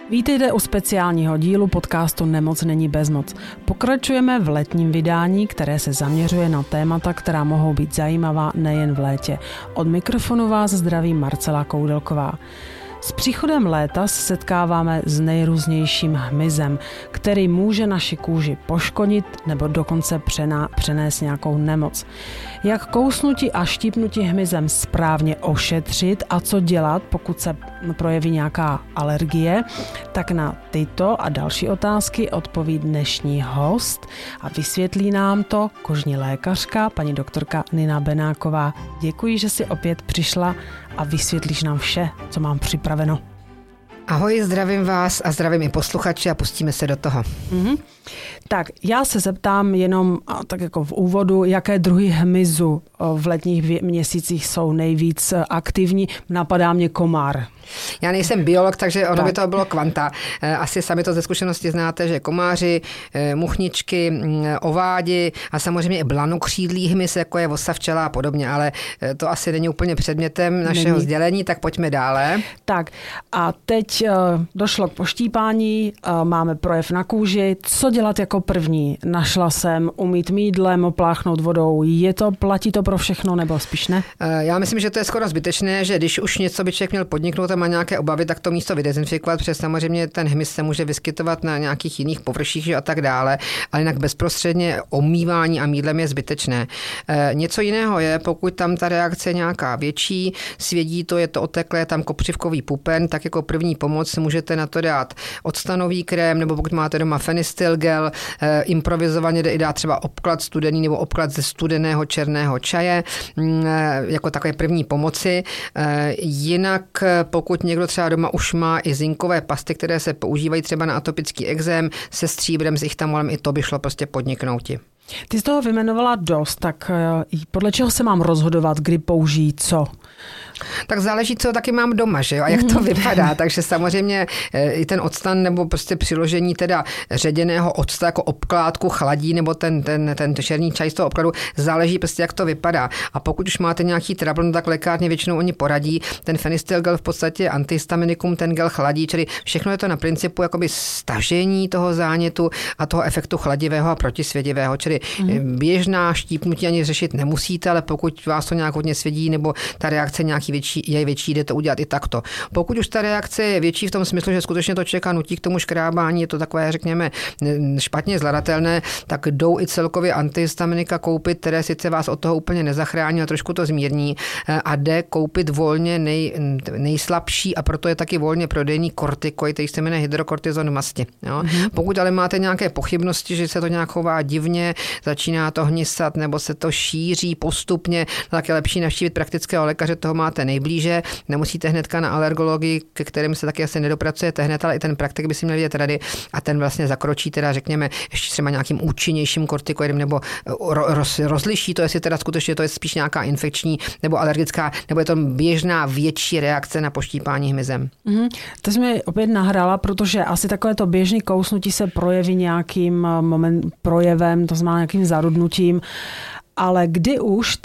Vítejte u speciálního dílu podcastu Nemoc není bezmoc. Pokračujeme v letním vydání, které se zaměřuje na témata, která mohou být zajímavá nejen v létě. Od mikrofonu vás zdraví Marcela Koudelková. S příchodem léta se setkáváme s nejrůznějším hmyzem, který může naši kůži poškodit nebo dokonce přenést nějakou nemoc. Jak kousnutí a štípnutí hmyzem správně ošetřit a co dělat, pokud se projeví nějaká alergie, tak na tyto a další otázky odpoví dnešní host a vysvětlí nám to kožní lékařka, paní doktorka Nina Benáková. Děkuji, že jsi opět přišla a vysvětlíš nám vše, co mám připraveno. Ahoj, zdravím vás a zdravím i posluchače a pustíme se do toho. Tak, já se zeptám jenom tak jako v úvodu, jaké druhy hmyzu v letních měsících jsou nejvíc aktivní. Napadá mě komár. Já nejsem biolog, takže ono by to bylo kvanta. Asi sami to ze zkušenosti znáte, že komáři, muchničky, ovádi a samozřejmě i blanokřídlý hmyz, jako je vosa, včela a podobně, ale to asi není úplně předmětem našeho sdělení, tak pojďme dále. Tak a teď došlo k poštípání, máme projev na kůži. Co dělat jako první? Našla jsem umýt mýdlem, opláchnout vodou. Platí to pro všechno nebo spíš ne? Já myslím, že to je skoro zbytečné, že když už něco by člověk měl podniknout a má nějaké obavy, tak to místo vydezinfikovat, protože samozřejmě ten hmyz se může vyskytovat na nějakých jiných površích a tak dále, ale jinak bezprostředně omývání a mýdlem je zbytečné. Něco jiného je, pokud tam ta reakce je nějaká větší, svědí to, je to oteklé, tam kopřivkový pupen, tak jako první pomoc můžete na to dát octanový krém, nebo pokud máte doma Fenistil-gel, improvizovaně jde i dát třeba obklad studený nebo obklad ze studeného černého čaje, jako takové první pomoci. Jinak pokud někdo třeba doma už má i zinkové pasty, které se používají třeba na atopický ekzém, se stříbrem, s ichtamolem, i to by šlo prostě podniknouti. Ty z toho vyjmenovala dost, tak podle čeho se mám rozhodovat, kdy použít co? Tak záleží, co taky mám doma, že jo, a jak to vypadá. Takže samozřejmě i ten octan nebo prostě přiložení teda ředěného octa jako obkládku chladí, nebo ten černý čaj z toho obkladu, záleží prostě, jak to vypadá. A pokud už máte nějaký trouble, no tak lékárně většinou oni poradí. Ten Fenistil gel v podstatě je antihistaminikum, ten gel chladí, čili všechno je to na principu jakoby stažení toho zánětu a toho efektu chladivého a protisvědivého. Čili běžná štípnutí ani řešit nemusíte, ale pokud vás to nějak hodně svědí nebo ta reakce je větší, jde to udělat i takto. Pokud už ta reakce je větší v tom smyslu, že skutečně to člověka nutí k tomu škrábání, je to takové, řekněme, špatně zvladatelné, tak jdou i celkově antihistaminika koupit, které sice vás od toho úplně nezachrání, ale trošku to zmírní, a jde koupit volně nejslabší a proto je taky volně prodejný kortikoid, který se jmenuje hydrokortizon v masti. Jo? Pokud ale máte nějaké pochybnosti, že se to nějak chová divně, začíná to hnisat nebo se to šíří postupně, tak je lepší navštívit praktického lékaře, toho máte nejblíže, nemusíte hnedka na alergologii, ke kterým se taky asi nedopracujete hned, ale i ten praktik by si měl vědět rady a ten vlastně zakročí teda, řekněme, ještě třeba nějakým účinnějším kortikoidem nebo rozliší to, jestli teda skutečně to je spíš nějaká infekční nebo alergická, nebo je to běžná větší reakce na poštípání hmyzem. To jsi mi opět nahrála, protože asi takové to běžný kousnutí se projeví nějakým projevem, to znamená nějakým zarudnutím, ale kdy už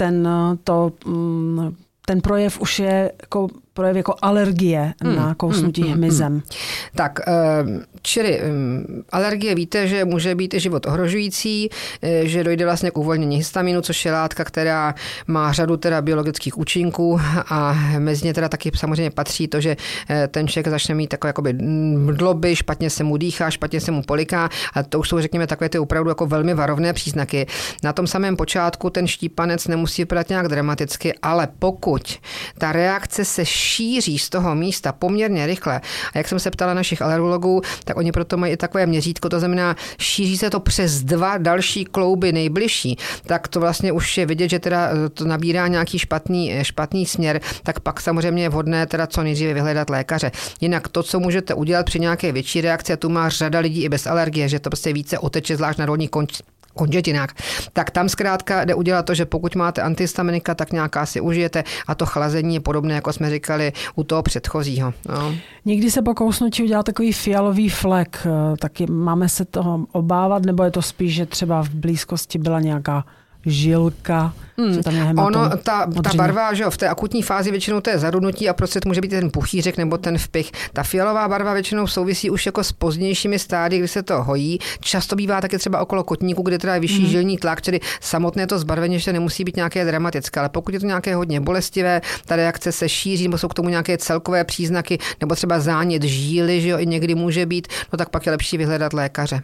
ten projev už je jako projev jako alergie na kousnutí hmyzem. Tak, čili alergie víte, že může být i život ohrožující, že dojde vlastně k uvolnění histaminu, což je látka, která má řadu teda biologických účinků a mezi ně teda taky samozřejmě patří to, že ten člověk začne mít takové jakoby mdloby, špatně se mu dýchá, špatně se mu poliká a to už jsou, řekněme, takové ty opravdu jako velmi varovné příznaky. Na tom samém počátku ten štípanec nemusí vypadat nějak dramaticky, ale pokud ta reakce se šíří z toho místa poměrně rychle. A jak jsem se ptala našich alergologů, tak oni proto mají i takové měřítko, to znamená, šíří se to přes 2 další klouby nejbližší, tak to vlastně už je vidět, že teda to nabírá nějaký špatný směr, tak pak samozřejmě je vhodné teda co nejdříve vyhledat lékaře. Jinak to, co můžete udělat při nějaké větší reakci, a tu má řada lidí i bez alergie, že to prostě více oteče, zvlášť na dolních končetinách, tak tam zkrátka jde udělat to, že pokud máte antihistaminika, tak nějaká si užijete a to chlazení je podobné, jako jsme říkali, u toho předchozího. No. Někdy se po kousnutí udělá takový fialový flek, taky máme se toho obávat, nebo je to spíš, že třeba v blízkosti byla nějaká žilka, že tam je hematom. Ono, ta barva, že jo, v té akutní fázi většinou to je zarudnutí a prostřed může být ten puchýřek nebo ten vpich. Ta fialová barva většinou souvisí už jako s pozdějšími stády, kdy se to hojí. Často bývá taky třeba okolo kotníku, kde teda je vyšší žilní tlak, čili samotné to zbarvení ještě nemusí být nějaké dramatické, ale pokud je to nějaké hodně bolestivé, ta reakce se šíří, nebo jsou k tomu nějaké celkové příznaky, nebo třeba zánět žíly, že jo, i někdy může být, no tak pak je lepší vyhledat lékaře.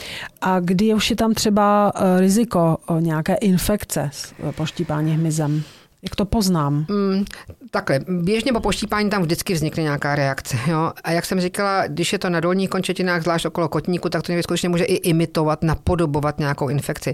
A kdy už je tam třeba riziko nějaké infekce po štípání hmyzem? Jak to poznám? Takhle, běžně po poštípání tam vždycky vznikne nějaká reakce. Jo? A jak jsem říkala, když je to na dolních končetinách, zvlášť okolo kotníku, tak to skutečně může i imitovat, napodobovat nějakou infekci.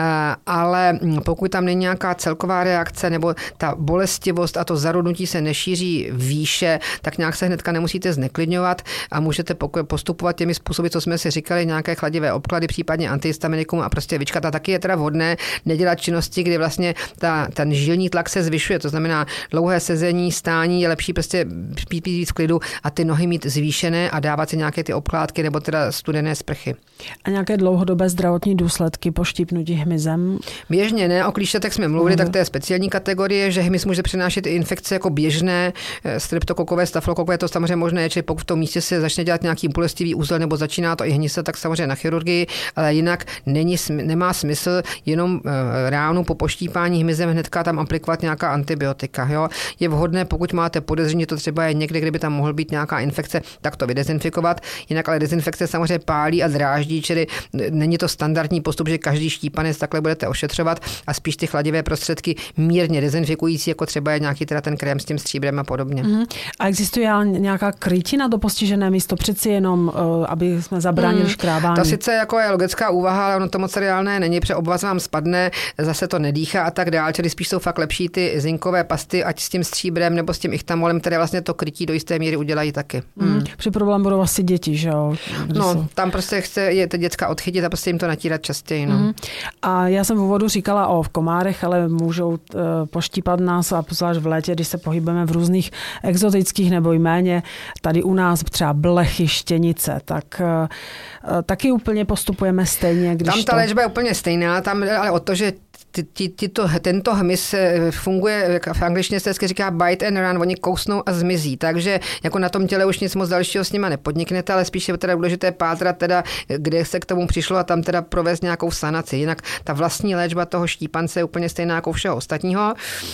Ale pokud tam není nějaká celková reakce nebo ta bolestivost a to zarudnutí se nešíří výše, tak nějak se hnedka nemusíte zneklidňovat a můžete postupovat těmi způsoby, co jsme si říkali, nějaké chladivé obklady, případně antihistaminikum a prostě vyčkat. A taky je teda vhodné nedělat činnosti, kdy vlastně ten žilní tlak se zvyšuje, to znamená dlouhé sezení, stání, je lepší prostě pít víc v klidu a ty nohy mít zvýšené a dávat si nějaké ty obkládky nebo teda studené sprchy. A nějaké dlouhodobé zdravotní důsledky po štípnutí hmyzem? Běžně ne, o klíšťatech jsme mluvili, tak to je speciální kategorie, že hmyz může přenášet i infekce jako běžné, streptokokové, stafylokokové, to samozřejmě možné, čili pokud v tom místě se začne dělat nějaký bolestivý úzel nebo začíná to i hnise, tak samozřejmě na chirurgii, ale jinak nemá smysl jenom ránu po poštípání hmyzem hnedka tam aplikovat nějaká antibiotika. Jo? Je vhodné, pokud máte podezření, že to třeba je někde, kde by tam mohl být nějaká infekce, tak to vydezinfikovat. Jinak ale dezinfekce samozřejmě pálí a dráždí, čili není to standardní postup, že každý štípanec takhle budete ošetřovat a spíš ty chladivé prostředky mírně dezinfikující, jako třeba je nějaký teda ten krém s tím stříbrem a podobně. A existuje nějaká krytina do postižené místo, přeci jenom, aby jsme zabránili škrábání? To sice jako je logická úvaha, ale ono to moc reálné není, protože obvaz vám spadne, zase to nedýchá a tak dál, čili spíš jsou fakt lepší ty zinkové pasty, ať s tím stříbrem nebo s tím ichtamolem, které vlastně to krytí do jisté míry udělají taky. Při problém budou asi děti, že jo? Tam prostě chce ty děcka odchytit a prostě jim to natírat častěji. No. A já jsem v úvodu říkala o komárech, ale můžou poštípat nás a zvlášť v létě, když se pohybujeme v různých exotických nebo méně. Tady u nás třeba blechy, štěnice, tak taky úplně postupujeme stejně. Když tam ta léčba je úplně stejná, tam ale o to, že tento hmyz funguje, v angličtině se hezky říká bite and run, oni kousnou a zmizí, takže jako na tom těle už nic moc dalšího s nima nepodniknete, ale spíš je teda důležité pátrat teda, kde se k tomu přišlo a tam teda provést nějakou sanaci. Jinak ta vlastní léčba toho štípance je úplně stejná jako všeho ostatního.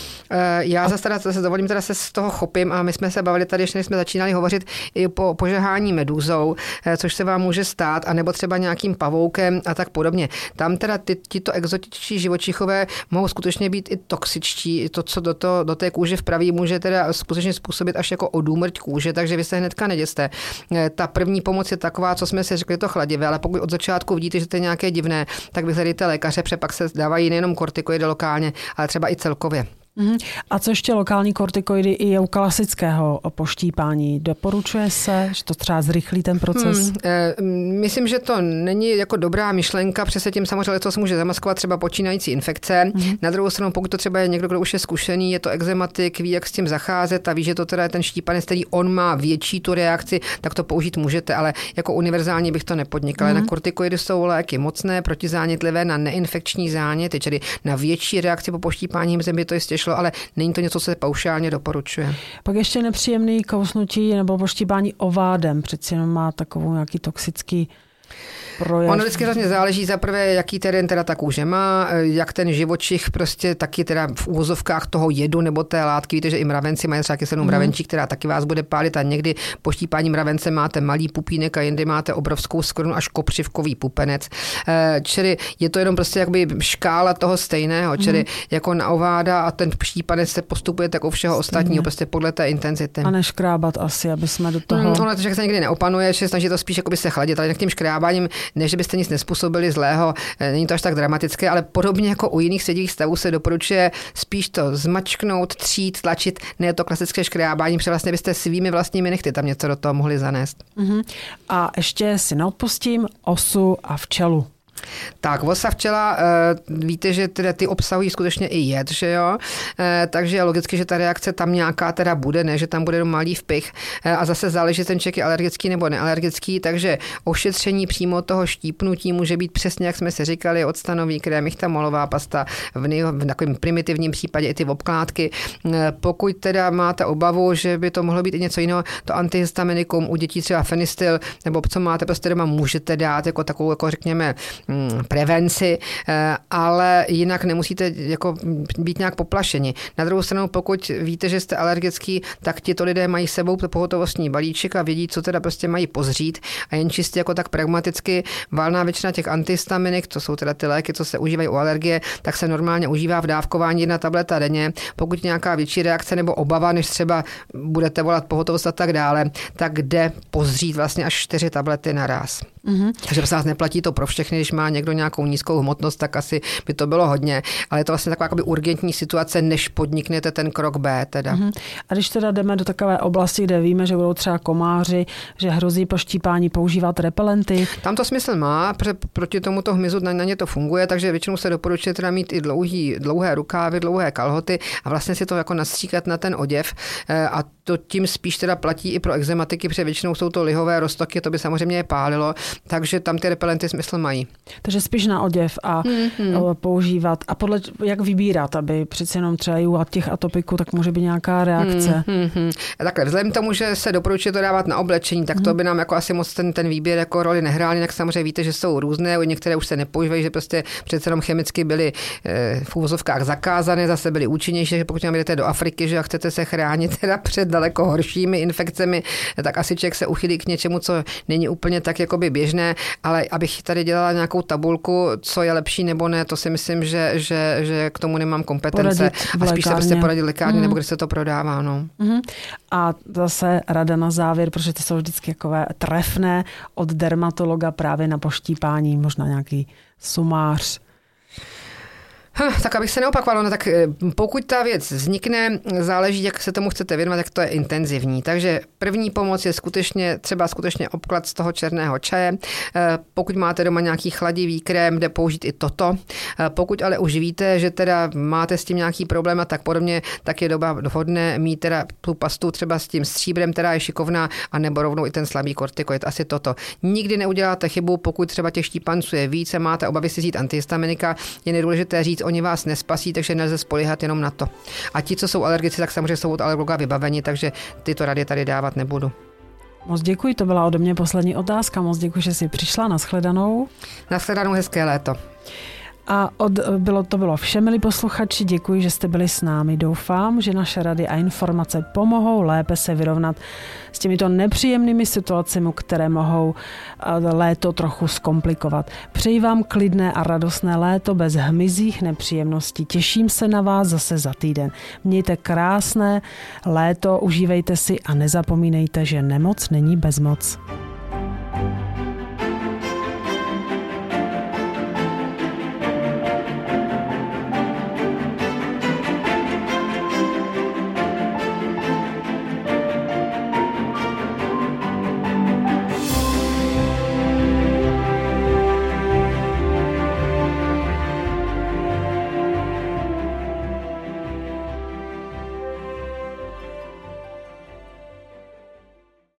Já zase se dovolím, teda se z toho chopím a my jsme se bavili tady, než jsme začínali hovořit i po požehání medúzou, což se vám může stát, anebo třeba nějakým pavoukem a tak podobně. Tam teda tito exotičtí živočichové mohou skutečně být i toxičtí. To, co do té kůže vpraví, může teda skutečně způsobit až jako odúmrť kůže, takže vy se hnedka neděste. Ta první pomoc je taková, co jsme si řekli, to chladivé, ale pokud od začátku vidíte, že to je nějaké divné, tak vyhledejte lékaře, protože pak se dávají nejenom kortikoidy lokálně, ale třeba i celkově. A co ještě lokální kortikoidy i u klasického poštípání? Doporučuje se, že to třeba zrychlí ten proces? Myslím, že to není jako dobrá myšlenka, přesně tím samozřejmě to se může zamaskovat třeba počínající infekce. Na druhou stranu, pokud to třeba je někdo, kdo už je zkušený, je to exematik, ví, jak s tím zacházet a ví, že to teda je ten štípanec, který on má větší tu reakci, tak to použít můžete, ale jako univerzálně bych to nepodnikala. Na kortikoidy jsou léky mocné, protizánětlivé na neinfekční záněty, čili na větší reakci po poštípání by to jistě šlo, ale není to něco, co se paušálně doporučuje. Pak ještě nepříjemný kousnutí nebo poštípání ovádem, přeci jenom má takovou nějaký toxický projev. Ono vždycky hrozně záleží za prvé, jaký terén teda ta kůže má, jak ten živočich prostě taky teda v úvozovkách toho jedu nebo té látky. Víte, že i mravenci mají třeba kyselinu mravenčí, která taky vás bude pálit a někdy poštípání mravence máte malý pupínek a jindy máte obrovskou skvrnu až kopřivkový pupenec. Čili je to jenom prostě jakoby škála toho stejného, čili jako na ováda a ten štípanec se postupuje tak u všeho ostatního, prostě podle té intenzity. A neškrábat asi, aby jsme do toho... Ono to, že se nikdy neopanuje, že snaží to spíš jakoby se chladit, ale tím škrábáním, ne, že byste nic nespůsobili zlého, není to až tak dramatické, ale podobně jako u jiných sedivých stavů se doporučuje spíš to zmačknout, třít, tlačit, ne to klasické škrábání, protože vlastně byste svými vlastními nechty tam něco do toho mohli zanést. A ještě si neodpustím osu a včelu. Tak, vosa včela, víte, že teda ty obsahují skutečně i jed, že jo? Takže je logicky, že ta reakce tam nějaká teda bude, ne, že tam bude malý vpich. A zase záleží, ten člověk je alergický nebo nealergický, takže ošetření přímo toho štípnutí může být přesně, jak jsme si říkali, octanový krém, ichtamolová pasta, v takovém primitivním případě i ty obkládky. Pokud teda máte obavu, že by to mohlo být i něco jiného, to antihistaminikum u dětí třeba fenistil, nebo co máte prostě doma, můžete dát jako takovou, jako řekněme, prevenci, ale jinak nemusíte jako být nějak poplašeni. Na druhou stranu, pokud víte, že jste alergický, tak tito lidé mají s sebou pohotovostní balíček a vědí, co teda prostě mají pozřít a jen čistě jako tak pragmaticky valná většina těch antihistaminik, to jsou teda ty léky, co se užívají u alergie, tak se normálně užívá v dávkování 1 tableta denně. Pokud nějaká větší reakce nebo obava, než třeba budete volat pohotovost a tak dále, tak jde pozřít vlastně až 4 tablety naraz. Takže prostě neplatí to pro všechny, když má někdo nějakou nízkou hmotnost, tak asi by to bylo hodně, ale je to vlastně taková jakoby urgentní situace, než podniknete ten krok B teda. A když teda jdeme do takové oblasti, kde víme, že budou třeba komáři, že hrozí poštípání, používat repelenty? Tam to smysl má, protože proti tomuto hmyzu na ně to funguje, takže většinou se doporučuje teda mít i dlouhé rukávy, dlouhé kalhoty a vlastně si to jako nastříkat na ten oděv a to tím spíš teda platí i pro ekzematiky, protože většinou jsou to lihové roztoky, to by samozřejmě je pálilo, takže tam ty repelenty smysl mají. Takže spíš na oděv a používat. A podle jak vybírat, aby přeci jenom třeba i u těch atopiků, tak může být nějaká reakce. Takhle, vzhledem k tomu, že se doporučuje to dávat na oblečení, tak to by nám jako asi moc ten výběr jako roli nehrál, jinak samozřejmě víte, že jsou různé, některé už se nepoužívají, že prostě přece jenom chemicky byly v úvozovkách zakázané, zase byly účinnější, že pokud jdete do Afriky, že chcete se chránit teda před daleko horšími infekcemi, tak asi člověk se uchylí k něčemu, co není úplně tak jakoby běžné, ale abych tady dělala nějakou tabulku, co je lepší nebo ne, to si myslím, že k tomu nemám kompetence. A spíš se prostě poradit lékárně, nebo kde se to prodává. No. A zase rada na závěr, protože ty jsou vždycky takové trefné od dermatologa právě na poštípání, možná nějaký sumář. Tak abych se neopakovala, no tak pokud ta věc vznikne, záleží, jak se tomu chcete věnovat, jak to je intenzivní. Takže první pomoc je skutečně obklad z toho černého čaje. Pokud máte doma nějaký chladivý krém, jde použít i toto. Pokud ale už víte, že teda máte s tím nějaký problém a tak podobně, tak je doba vhodné mít teda tu pastu třeba s tím stříbrem, která je šikovná, a nebo rovnou i ten slabý kortikoid. Asi toto. Nikdy neuděláte chybu, pokud třeba těch štípanců je více, máte obavy si vzít antihistaminika, je nedůležité říct, oni vás nespasí, takže nelze spoléhat jenom na to. A ti, co jsou alergici, tak samozřejmě jsou od alergologa vybaveni, takže tyto rady tady dávat nebudu. Moc děkuji, to byla ode mě poslední otázka. Moc děkuji, že jsi přišla. Nashledanou. Nashledanou, hezké léto. A to bylo vše, milí posluchači, děkuji, že jste byli s námi. Doufám, že naše rady a informace pomohou lépe se vyrovnat s těmito nepříjemnými situacemi, které mohou léto trochu zkomplikovat. Přeji vám klidné a radostné léto bez hmyzích nepříjemností. Těším se na vás zase za týden. Mějte krásné léto, užívejte si a nezapomínejte, že nemoc není bezmoc.